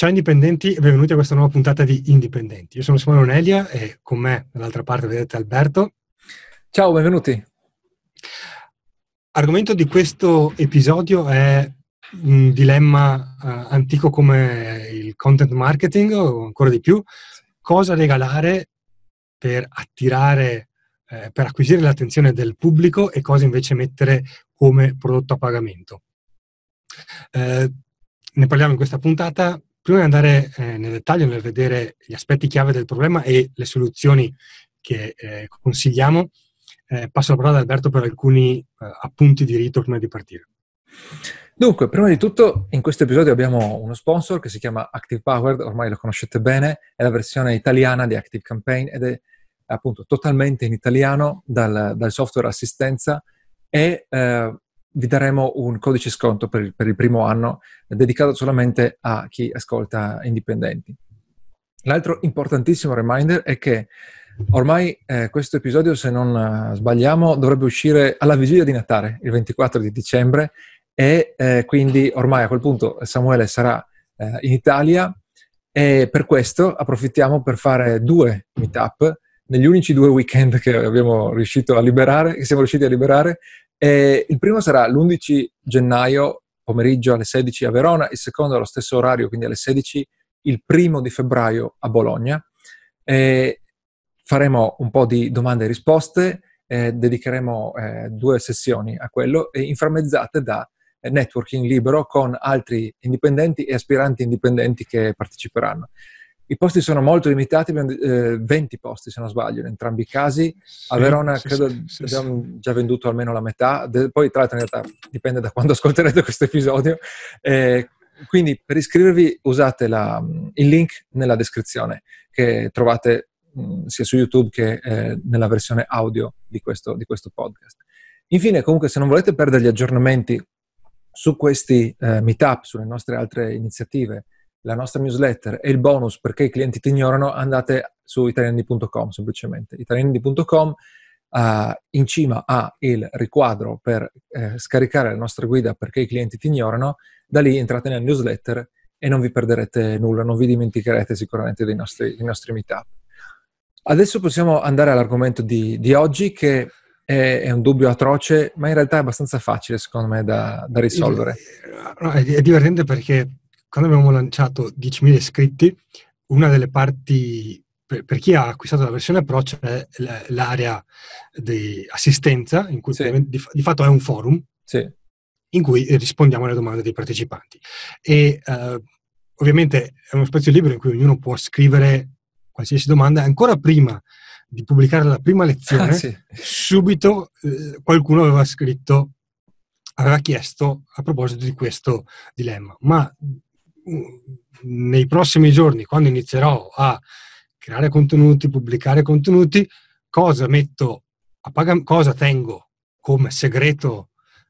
Ciao indipendenti e benvenuti a questa nuova puntata di Indipendenti. Io sono Simone Onelia e con me dall'altra parte vedete Alberto. Ciao, benvenuti. Argomento di questo episodio è un dilemma antico come il content marketing o ancora di più. Cosa regalare per attirare, per acquisire l'attenzione del pubblico e cosa invece mettere come prodotto a pagamento. Ne parliamo in questa puntata. Prima di andare nel dettaglio, nel vedere gli aspetti chiave del problema e le soluzioni che consigliamo, passo la parola ad Alberto per alcuni appunti di rito prima di partire. Dunque, prima di tutto, in questo episodio abbiamo uno sponsor che si chiama Active Powered, ormai lo conoscete bene, è la versione italiana di Active Campaign ed è appunto totalmente in italiano dal software assistenza e vi daremo un codice sconto per il primo anno dedicato solamente a chi ascolta Indipendenti. L'altro importantissimo reminder è che ormai questo episodio, se non sbagliamo, dovrebbe uscire alla vigilia di Natale, il 24 di dicembre, e quindi ormai a quel punto Samuele sarà in Italia e per questo approfittiamo per fare 2 meetup negli unici 2 weekend che siamo riusciti a liberare. Il primo sarà l'11 gennaio pomeriggio alle 16 a Verona, il secondo allo stesso orario, quindi alle 16, il 1 di febbraio a Bologna. Faremo un po' di domande e risposte, dedicheremo 2 sessioni a quello, inframmezzate da networking libero con altri indipendenti e aspiranti indipendenti che parteciperanno. I posti sono molto limitati, abbiamo 20 posti se non sbaglio in entrambi i casi. A Verona credo abbiamo già venduto almeno la metà, poi tra l'altro in realtà dipende da quando ascolterete questo episodio. Quindi per iscrivervi usate il link nella descrizione che trovate sia su YouTube che nella versione audio di questo podcast. Infine, comunque, se non volete perdere gli aggiornamenti su questi meetup, sulle nostre altre iniziative, la nostra newsletter e il bonus perché i clienti ti ignorano, andate su italiani.com semplicemente. Italiani.com in cima ha il riquadro per scaricare la nostra guida perché i clienti ti ignorano. Da lì entrate nella newsletter e non vi perderete nulla, non vi dimenticherete sicuramente dei nostri meetup. Adesso possiamo andare all'argomento di oggi, che è un dubbio atroce, ma in realtà è abbastanza facile secondo me da risolvere. È divertente perché quando abbiamo lanciato 10.000 iscritti, una delle parti per chi ha acquistato la versione Pro c'è l'area di assistenza, in cui sì. di fatto è un forum, sì, in cui rispondiamo alle domande dei partecipanti. E ovviamente è uno spazio libero in cui ognuno può scrivere qualsiasi domanda. Ancora prima di pubblicare la prima lezione, sì. subito qualcuno aveva chiesto a proposito di questo dilemma. Ma nei prossimi giorni, quando inizierò a creare contenuti, pubblicare contenuti, cosa metto cosa tengo come segreto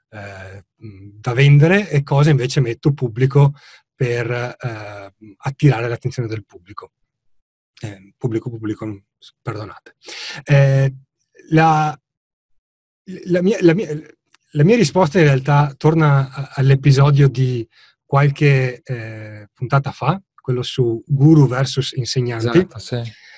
da vendere e cosa invece metto pubblico per attirare l'attenzione del pubblico. Pubblico, perdonate. La mia risposta in realtà torna all'episodio di qualche puntata fa, quello su guru versus insegnanti. Esatto, sì.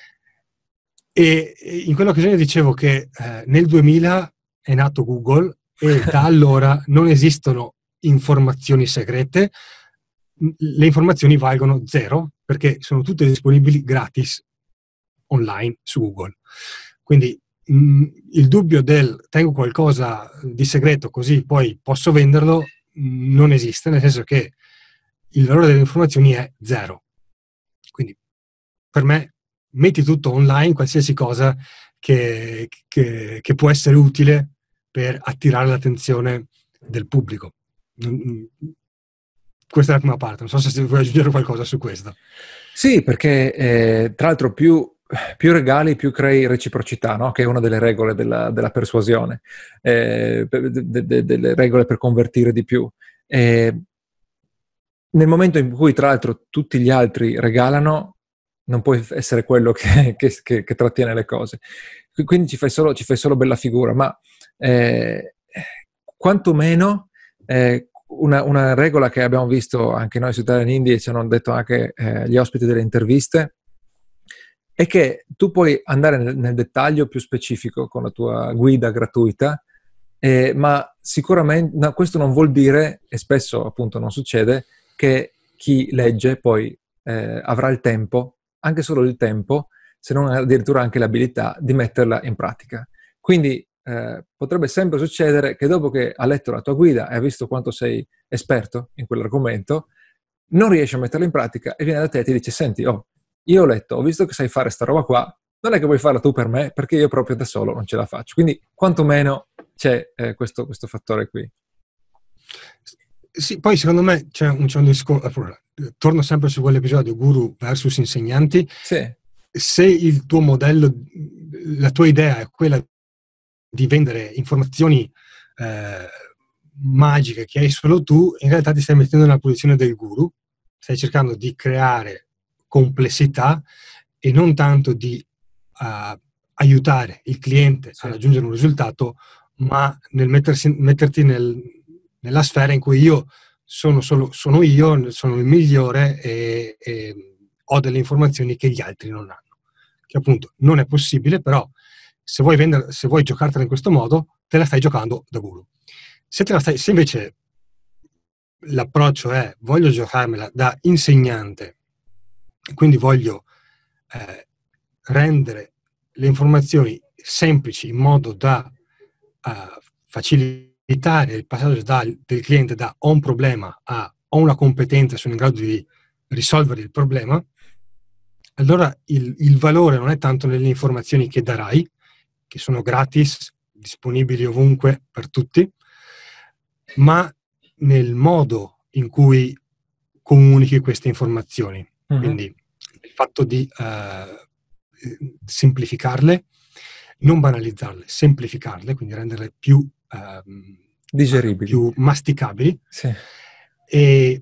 E in quell'occasione dicevo che nel 2000 è nato Google e da allora non esistono informazioni segrete, le informazioni valgono 0 perché sono tutte disponibili gratis online su Google. Quindi il dubbio del tengo qualcosa di segreto così poi posso venderlo non esiste, nel senso che il valore delle informazioni è 0. Quindi per me metti tutto online, qualsiasi cosa che può essere utile per attirare l'attenzione del pubblico. Questa è la prima parte, non so se vuoi aggiungere qualcosa su questo. Sì, perché tra l'altro più regali, più crei reciprocità, no? Che è una delle regole della persuasione, delle regole per convertire di più. Nel momento in cui, tra l'altro, tutti gli altri regalano, non puoi essere quello che trattiene le cose. Quindi ci fai solo bella figura, ma quantomeno una regola che abbiamo visto anche noi su Italian Indie e ci hanno detto anche gli ospiti delle interviste è che tu puoi andare nel dettaglio più specifico con la tua guida gratuita, ma sicuramente questo non vuol dire, e spesso appunto non succede, che chi legge poi avrà il tempo, anche solo il tempo, se non addirittura anche l'abilità di metterla in pratica. Quindi potrebbe sempre succedere che dopo che ha letto la tua guida e ha visto quanto sei esperto in quell'argomento, non riesce a metterla in pratica e viene da te e ti dice: senti, io ho letto, ho visto che sai fare sta roba qua, non è che vuoi farla tu per me, perché io proprio da solo non ce la faccio. Quindi quantomeno c'è questo fattore qui. Sì, poi secondo me c'è un discorso, torno sempre su quell'episodio guru versus insegnanti. Sì. Se il tuo modello, la tua idea è quella di vendere informazioni magiche che hai solo tu, in realtà ti stai mettendo nella posizione del guru, stai cercando di creare complessità e non tanto di aiutare il cliente a raggiungere un risultato, ma nel metterti nella sfera in cui io sono il migliore e ho delle informazioni che gli altri non hanno, che appunto non è possibile, però se vuoi giocartela in questo modo, te la stai giocando da guru. Se invece l'approccio è voglio giocarmela da insegnante, quindi voglio rendere le informazioni semplici in modo da facilitare il passaggio del cliente da ho un problema a ho una competenza, sono in grado di risolvere il problema, allora il valore non è tanto nelle informazioni che darai, che sono gratis, disponibili ovunque per tutti, ma nel modo in cui comunichi queste informazioni. Mm-hmm. Quindi il fatto di semplificarle, non banalizzarle, semplificarle, quindi renderle più digeribili, più masticabili, sì. e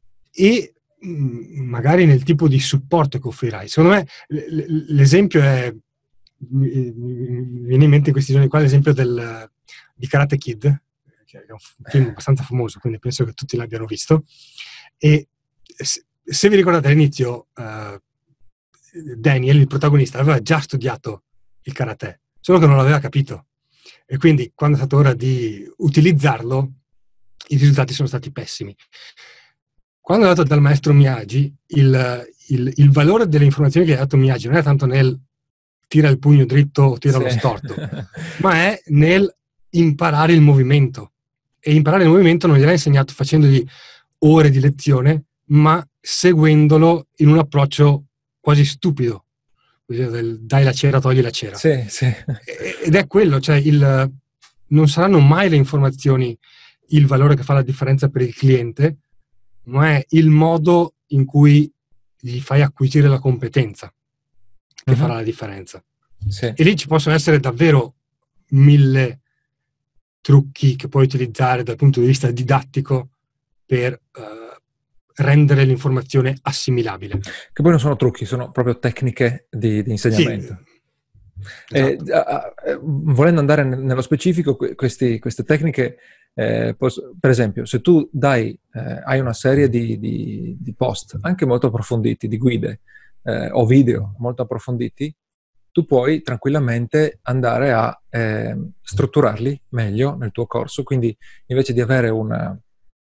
magari nel tipo di supporto che offrirai. Secondo me l'esempio è, mi viene in mente in questi giorni qua l'esempio di Karate Kid, che è un film abbastanza famoso, quindi penso che tutti l'abbiano visto, e se vi ricordate all'inizio Daniel, il protagonista, aveva già studiato il karate, solo che non l'aveva capito, e quindi quando è stata ora di utilizzarlo i risultati sono stati pessimi. Quando è andato dal maestro Miyagi, il valore delle informazioni che ha dato Miyagi non è tanto nel tira il pugno dritto o tira lo storto, ma è nel imparare il movimento. E imparare il movimento non gliel'ha insegnato facendogli ore di lezione, ma seguendolo in un approccio quasi stupido. Dai la cera, togli la cera. Sì, sì. Ed è quello, cioè non saranno mai le informazioni il valore che fa la differenza per il cliente, ma è il modo in cui gli fai acquisire la competenza che farà la differenza. Sì. E lì ci possono essere davvero 1000 trucchi che puoi utilizzare dal punto di vista didattico per rendere l'informazione assimilabile. Che poi non sono trucchi, sono proprio tecniche di insegnamento. Sì, esatto. Volendo andare nello specifico, queste tecniche, per esempio, se tu hai una serie di post anche molto approfonditi, di guide o video molto approfonditi, tu puoi tranquillamente andare a strutturarli meglio nel tuo corso, quindi invece di avere un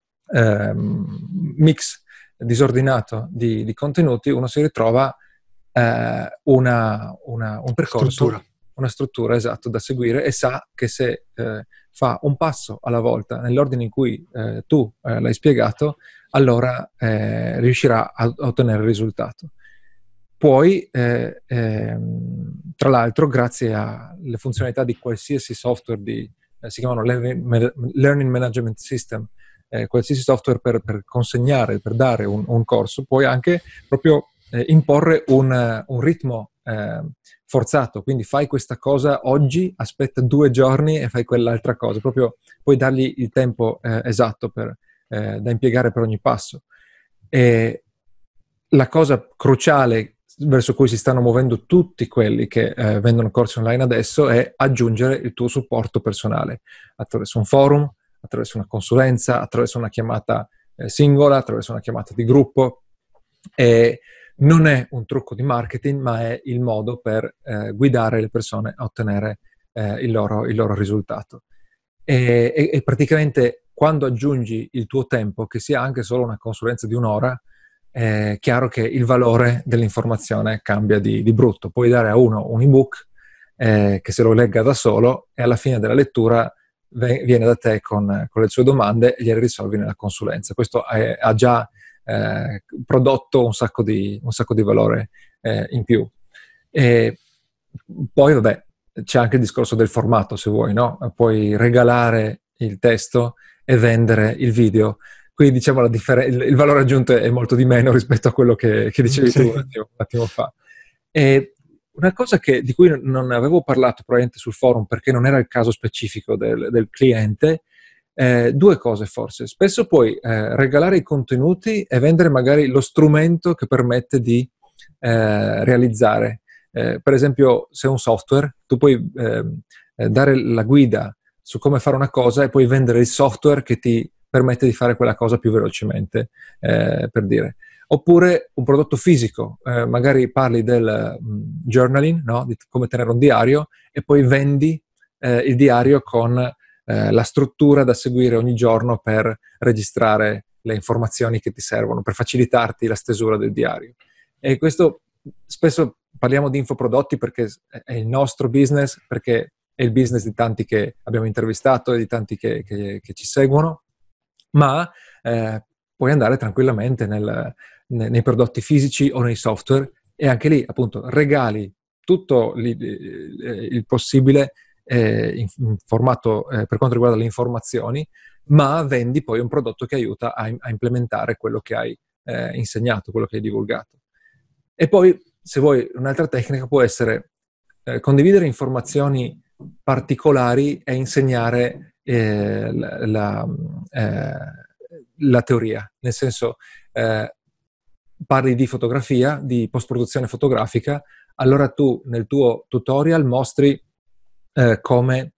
mix disordinato di contenuti, uno si ritrova un percorso, una struttura, esatto, da seguire, e sa che se fa un passo alla volta nell'ordine in cui tu l'hai spiegato, allora riuscirà a ottenere il risultato. Poi, tra l'altro, grazie alle funzionalità di qualsiasi software si chiamano Learning Management System, qualsiasi software per consegnare, per dare un corso, puoi anche proprio imporre un ritmo forzato, quindi fai questa cosa oggi, aspetta 2 giorni e fai quell'altra cosa, proprio puoi dargli il tempo esatto da impiegare per ogni passo. E la cosa cruciale verso cui si stanno muovendo tutti quelli che vendono corsi online adesso è aggiungere il tuo supporto personale attraverso un forum, attraverso una consulenza, attraverso una chiamata singola, attraverso una chiamata di gruppo. E non è un trucco di marketing, ma è il modo per guidare le persone a ottenere il loro risultato. E praticamente quando aggiungi il tuo tempo, che sia anche solo una consulenza di un'ora, è chiaro che il valore dell'informazione cambia di brutto. Puoi dare a uno un ebook che se lo legga da solo e alla fine della lettura viene da te con le sue domande e gliele risolvi nella consulenza. Questo ha già prodotto un sacco di valore in più. E poi, vabbè, c'è anche il discorso del formato, se vuoi, no? Puoi regalare il testo e vendere il video. Quindi, diciamo, il valore aggiunto è molto di meno rispetto a quello che dicevi tu un attimo fa. E una cosa di cui non avevo parlato probabilmente sul forum, perché non era il caso specifico del cliente, due cose forse. Spesso puoi regalare i contenuti e vendere magari lo strumento che permette di realizzare. Per esempio, se è un software, tu puoi dare la guida su come fare una cosa e puoi vendere il software che ti permette di fare quella cosa più velocemente, per dire. Oppure un prodotto fisico, magari parli del journaling, no? Di come tenere un diario, e poi vendi il diario con la struttura da seguire ogni giorno per registrare le informazioni che ti servono, per facilitarti la stesura del diario. E questo spesso parliamo di infoprodotti perché è il nostro business, perché è il business di tanti che abbiamo intervistato e di tanti che ci seguono, ma puoi andare tranquillamente nei prodotti fisici o nei software e anche lì appunto regali tutto il possibile in formato per quanto riguarda le informazioni, ma vendi poi un prodotto che aiuta a implementare quello che hai insegnato, quello che hai divulgato. E poi, se vuoi, un'altra tecnica può essere condividere informazioni particolari e insegnare la teoria, nel senso parli di fotografia, di post-produzione fotografica, allora tu nel tuo tutorial mostri come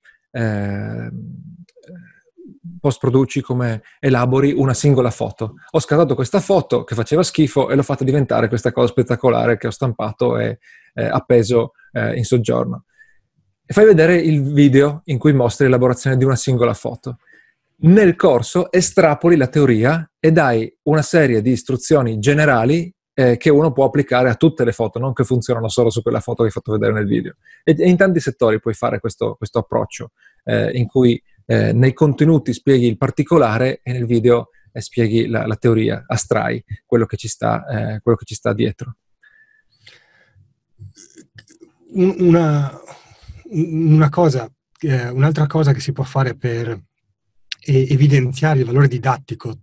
post-produci, come elabori una singola foto. Ho scattato questa foto che faceva schifo e l'ho fatta diventare questa cosa spettacolare che ho stampato e appeso in soggiorno. E fai vedere il video in cui mostri l'elaborazione di una singola foto. Nel corso estrapoli la teoria e dai una serie di istruzioni generali che uno può applicare a tutte le foto, non che funzionano solo su quella foto che hai fatto vedere nel video. E in tanti settori puoi fare questo approccio, in cui nei contenuti spieghi il particolare e nel video spieghi la teoria, astrai quello che ci sta dietro. Un'altra cosa che si può fare per evidenziare il valore didattico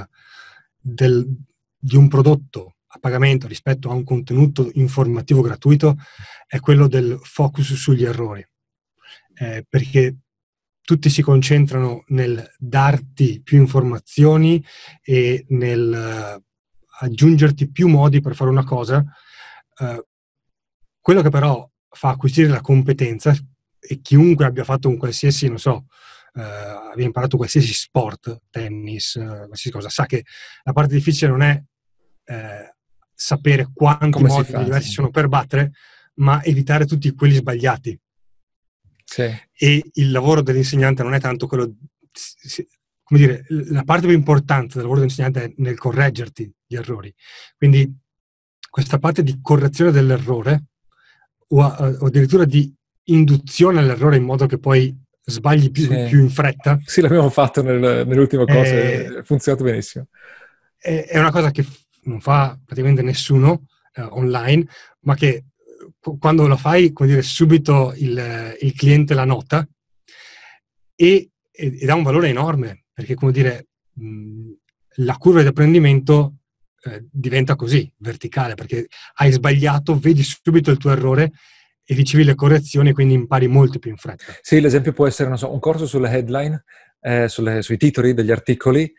di un prodotto a pagamento rispetto a un contenuto informativo gratuito è quello del focus sugli errori, perché tutti si concentrano nel darti più informazioni e nel aggiungerti più modi per fare una cosa. Quello che però fa acquisire la competenza, e chiunque abbia fatto un qualsiasi, non so, abbia imparato qualsiasi sport, tennis, qualsiasi cosa, sa che la parte difficile non è sapere quanti modi diversi sono per battere, ma evitare tutti quelli sbagliati. Sì. E il lavoro dell'insegnante non è tanto quello, come dire, la parte più importante del lavoro dell'insegnante è nel correggerti gli errori. Quindi questa parte di correzione dell'errore o addirittura di induzione all'errore in modo che poi sbagli più in fretta. Sì, l'abbiamo fatto nell'ultimo corso, è funzionato benissimo. È una cosa che non fa praticamente nessuno online, ma che quando lo fai, come dire, subito il cliente la nota e dà un valore enorme, perché, come dire, la curva di apprendimento diventa così, verticale, perché hai sbagliato, vedi subito il tuo errore e ricevi le correzioni, quindi impari molto più in fretta. Sì, l'esempio può essere, non so, un corso sulle headline, sui titoli degli articoli,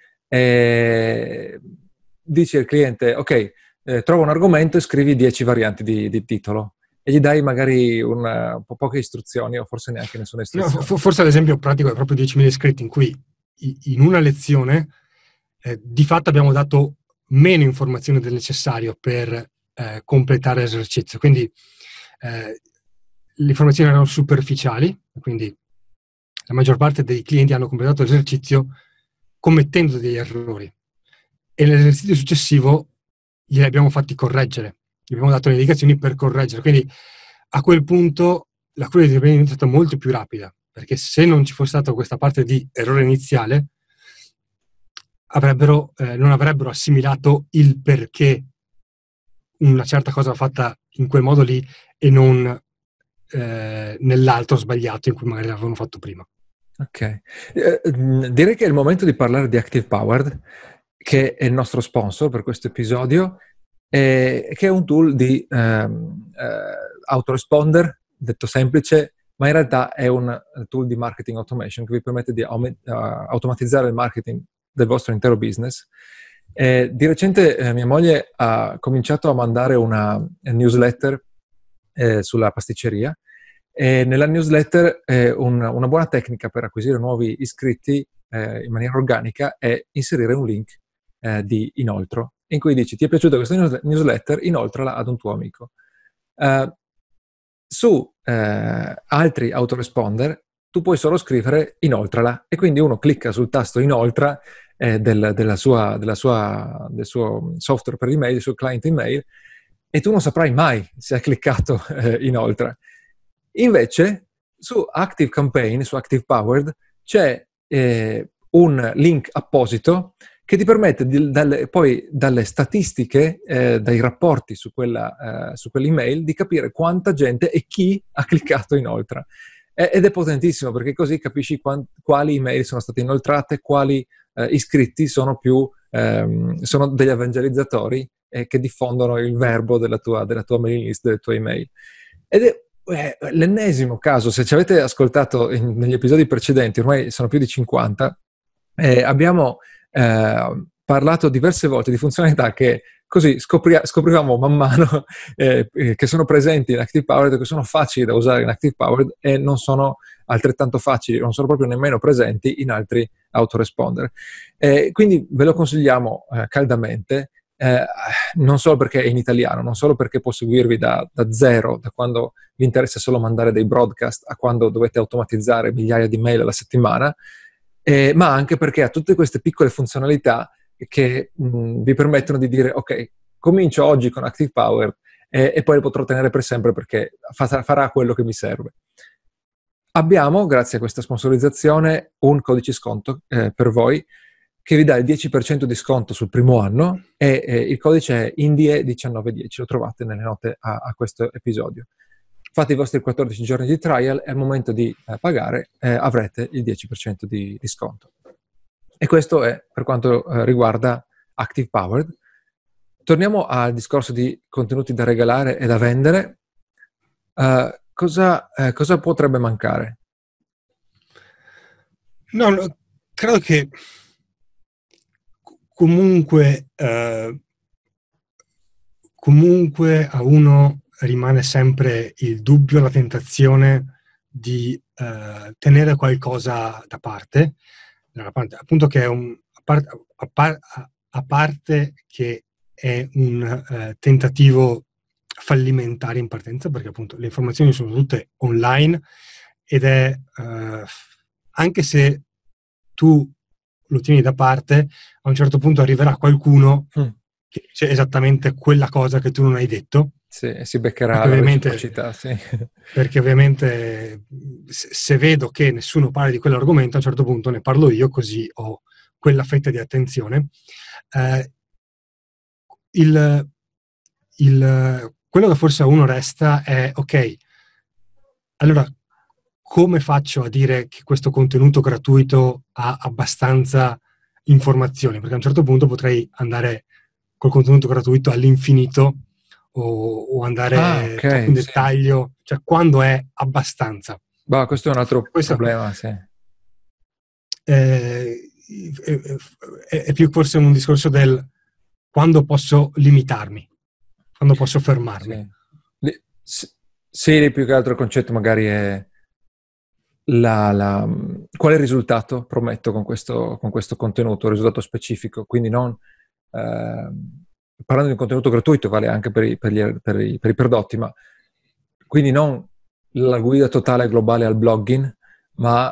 dici al cliente, ok, trova un argomento e scrivi 10 varianti di titolo e gli dai magari poche istruzioni o forse neanche nessuna istruzione. No, forse l'esempio pratico è proprio 10.000 iscritti, in cui in una lezione di fatto abbiamo dato meno informazioni del necessario per completare l'esercizio. Quindi le informazioni erano superficiali, quindi la maggior parte dei clienti hanno completato l'esercizio commettendo degli errori. E nell'esercizio successivo glieli abbiamo fatti correggere, gli abbiamo dato le indicazioni per correggere. Quindi a quel punto la curva di apprendimento è stata molto più rapida, perché se non ci fosse stata questa parte di errore iniziale, non avrebbero assimilato il perché una certa cosa va fatta in quel modo lì e non nell'altro sbagliato in cui magari l'avevano fatto prima. Ok. Direi che è il momento di parlare di Active Powered, che è il nostro sponsor per questo episodio, che è un tool di autoresponder, detto semplice, ma in realtà è un tool di marketing automation che vi permette di automatizzare il marketing del vostro intero business. Di recente mia moglie ha cominciato a mandare una newsletter sulla pasticceria, e nella newsletter una buona tecnica per acquisire nuovi iscritti in maniera organica è inserire un link di inoltro, in cui dici: ti è piaciuta questa newsletter? Inoltrala ad un tuo amico. Su altri autoresponder tu puoi solo scrivere inoltrala, e quindi uno clicca sul tasto inoltra del suo software per email, del suo client email, e tu non saprai mai se ha cliccato inoltre. Invece su Active Campaign, su Active Powered, c'è un link apposito che ti permette poi dalle statistiche, dai rapporti su quell'email, di capire quanta gente e chi ha cliccato inoltre. Ed è potentissimo, perché così capisci quali email sono state inoltrate, quali iscritti sono sono degli evangelizzatori che diffondono il verbo della tua mailing list, delle tue email. Ed è l'ennesimo caso. Se ci avete ascoltato negli episodi precedenti, ormai sono più di 50, abbiamo parlato diverse volte di funzionalità che così scoprivamo man mano che sono presenti in Active Powered, che sono facili da usare in Active Powered e non sono altrettanto facili, non sono proprio nemmeno presenti in altri autoresponder. Quindi ve lo consigliamo caldamente, non solo perché è in italiano, non solo perché può seguirvi da zero, da quando vi interessa solo mandare dei broadcast a quando dovete automatizzare migliaia di mail alla settimana, ma anche perché ha tutte queste piccole funzionalità che vi permettono di dire: ok, comincio oggi con Active Power e poi lo potrò tenere per sempre, perché farà quello che mi serve. Abbiamo, grazie a questa sponsorizzazione, un codice sconto per voi che vi dà il 10% di sconto sul primo anno, e il codice è INDIE1910, lo trovate nelle note a questo episodio. Fate i vostri 14 giorni di trial e al momento di pagare avrete il 10% di sconto. E questo è per quanto riguarda Active Powered. Torniamo al discorso di contenuti da regalare e da vendere. Cosa potrebbe mancare? No, credo che comunque a uno rimane sempre il dubbio, la tentazione di tenere qualcosa da parte, appunto, che è a parte che è un tentativo fallimentare in partenza, perché appunto le informazioni sono tutte online ed è anche se tu lo tieni da parte, a un certo punto arriverà qualcuno che dice esattamente quella cosa che tu non hai detto. Sì, si beccherà la reciprocità, sì. Perché ovviamente se vedo che nessuno parla di quell'argomento, a un certo punto ne parlo io, così ho quella fetta di attenzione. Quello che forse a uno resta è: ok, allora come faccio a dire che questo contenuto gratuito ha abbastanza informazioni? Perché a un certo punto potrei andare col contenuto gratuito all'infinito o andare troppo in dettaglio, cioè quando è abbastanza. Bah, questo è un altro problema, sì. È più forse un discorso del quando posso limitarmi, quando posso fermarmi. Sì, più che altro il concetto magari è qual è il risultato, prometto, con questo contenuto, il risultato specifico, quindi non parlando di un contenuto gratuito, vale anche per i prodotti, ma quindi non la guida totale globale al blogging, ma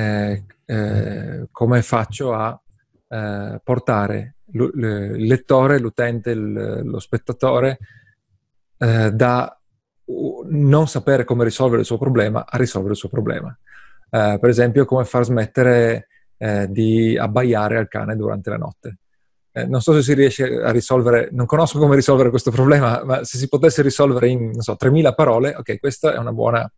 come faccio a portare il lettore, l'utente, lo spettatore da non sapere come risolvere il suo problema a risolvere il suo problema. Per esempio, come far smettere di abbaiare al cane durante la notte. Non so se si riesce a risolvere, non conosco come risolvere questo problema, ma se si potesse risolvere in, non so, 3000 parole, ok, questo è un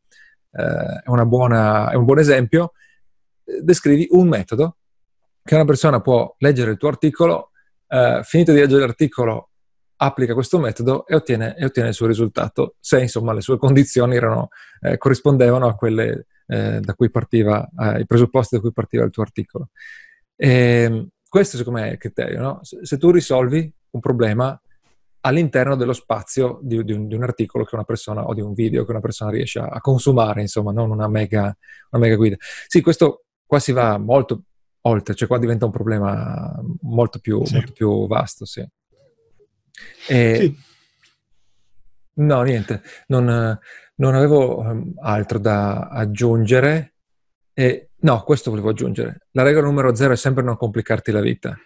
buon esempio. Descrivi un metodo che una persona può leggere il tuo articolo, finito di leggere l'articolo, applica questo metodo e ottiene il suo risultato, se insomma le sue condizioni corrispondevano a quelle da cui partiva, i presupposti da cui partiva il tuo articolo. Questo secondo me è il criterio, no? Se tu risolvi un problema all'interno dello spazio di un articolo che una persona, o di un video che una persona riesce a consumare, insomma, non una mega guida. Sì, questo qua si va molto oltre, cioè qua diventa un problema molto più vasto, sì. Sì. No, niente, non avevo altro da aggiungere. No, questo volevo aggiungere. La regola numero 0 è sempre non complicarti la vita.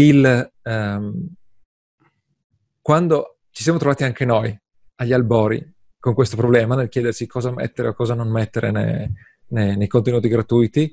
Quando ci siamo trovati anche noi agli albori con questo problema, nel chiedersi cosa mettere o cosa non mettere nei contenuti gratuiti,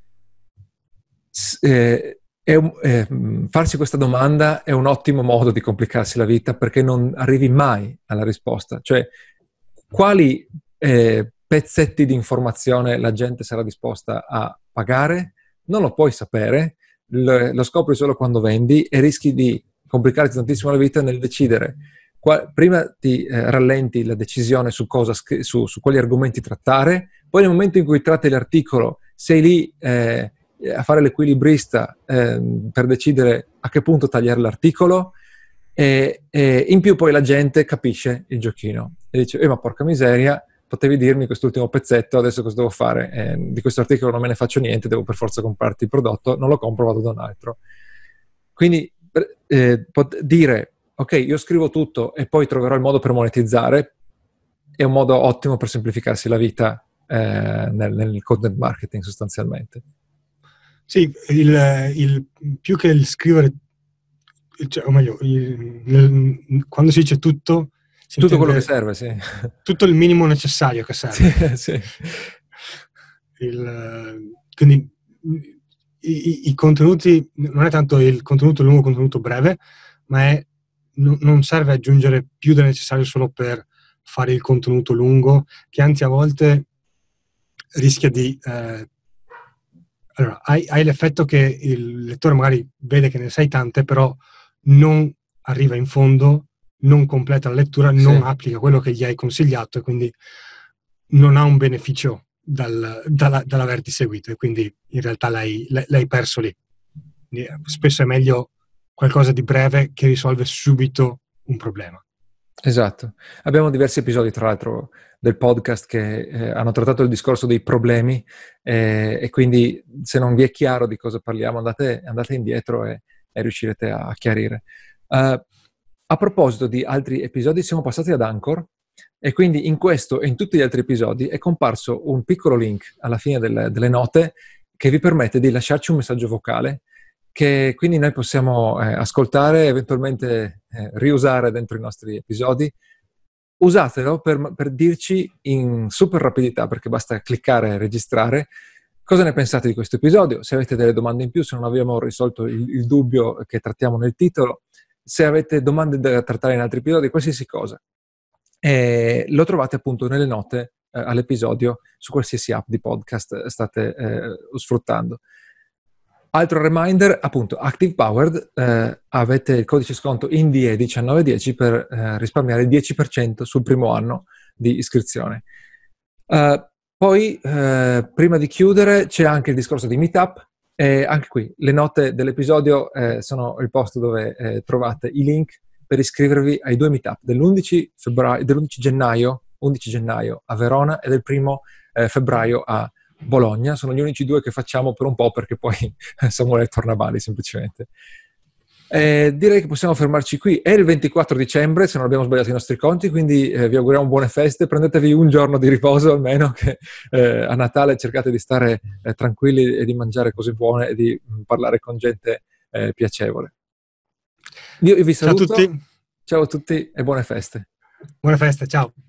farsi questa domanda è un ottimo modo di complicarsi la vita, perché non arrivi mai alla risposta. Cioè, quali pezzetti di informazione la gente sarà disposta a pagare? Non lo puoi sapere, lo scopri solo quando vendi e rischi di complicarti tantissimo la vita nel decidere. Prima ti rallenti la decisione su quali argomenti trattare, poi nel momento in cui tratti l'articolo sei lì a fare l'equilibrista per decidere a che punto tagliare l'articolo, e in più poi la gente capisce il giochino e dice ma porca miseria, potevi dirmi quest'ultimo pezzetto, adesso cosa devo fare? Di questo articolo non me ne faccio niente, devo per forza comprarti il prodotto, non lo compro, vado da un altro. Quindi dire ok, io scrivo tutto e poi troverò il modo per monetizzare è un modo ottimo per semplificarsi la vita nel content marketing, sostanzialmente. Sì, più che il scrivere, cioè, o meglio, quando si dice tutto quello che serve, sì. Tutto il minimo necessario che serve. Sì. Quindi i contenuti, non è tanto il contenuto lungo o il contenuto breve, ma non serve aggiungere più del necessario solo per fare il contenuto lungo, che anzi a volte rischia di... allora, hai l'effetto che il lettore magari vede che ne sai tante, però non arriva in fondo, non completa la lettura, non applica quello che gli hai consigliato e quindi non ha un beneficio dall'averti seguito, e quindi in realtà l'hai perso lì. Quindi spesso è meglio qualcosa di breve che risolve subito un problema. Esatto. Abbiamo diversi episodi, tra l'altro, del podcast che hanno trattato il discorso dei problemi e quindi se non vi è chiaro di cosa parliamo andate indietro e riuscirete a chiarire. A proposito di altri episodi, siamo passati ad Anchor e quindi in questo e in tutti gli altri episodi è comparso un piccolo link alla fine delle note che vi permette di lasciarci un messaggio vocale che quindi noi possiamo ascoltare e eventualmente riusare dentro i nostri episodi. Usatelo per dirci in super rapidità, perché basta cliccare e registrare, cosa ne pensate di questo episodio, se avete delle domande in più, se non abbiamo risolto il dubbio che trattiamo nel titolo, se avete domande da trattare in altri episodi, qualsiasi cosa. Lo trovate appunto nelle note all'episodio su qualsiasi app di podcast state sfruttando. Altro reminder, appunto, Active Powered, avete il codice sconto INDIE1910 per risparmiare il 10% sul primo anno di iscrizione. Poi, prima di chiudere, c'è anche il discorso di Meetup. Anche qui, le note dell'episodio sono il posto dove trovate i link per iscrivervi ai 2 Meetup dell'11 gennaio a Verona e del 1 febbraio a Bologna. Sono gli unici due che facciamo per un po', perché poi Samuele torna a Bali semplicemente. Direi che possiamo fermarci qui. È il 24 dicembre, se non abbiamo sbagliato i nostri conti, quindi vi auguriamo buone feste. Prendetevi un giorno di riposo almeno, che a Natale cercate di stare tranquilli e di mangiare cose buone e di parlare con gente piacevole. Io vi Ciao a saluto, tutti, ciao a tutti e buone feste. buone feste, ciao.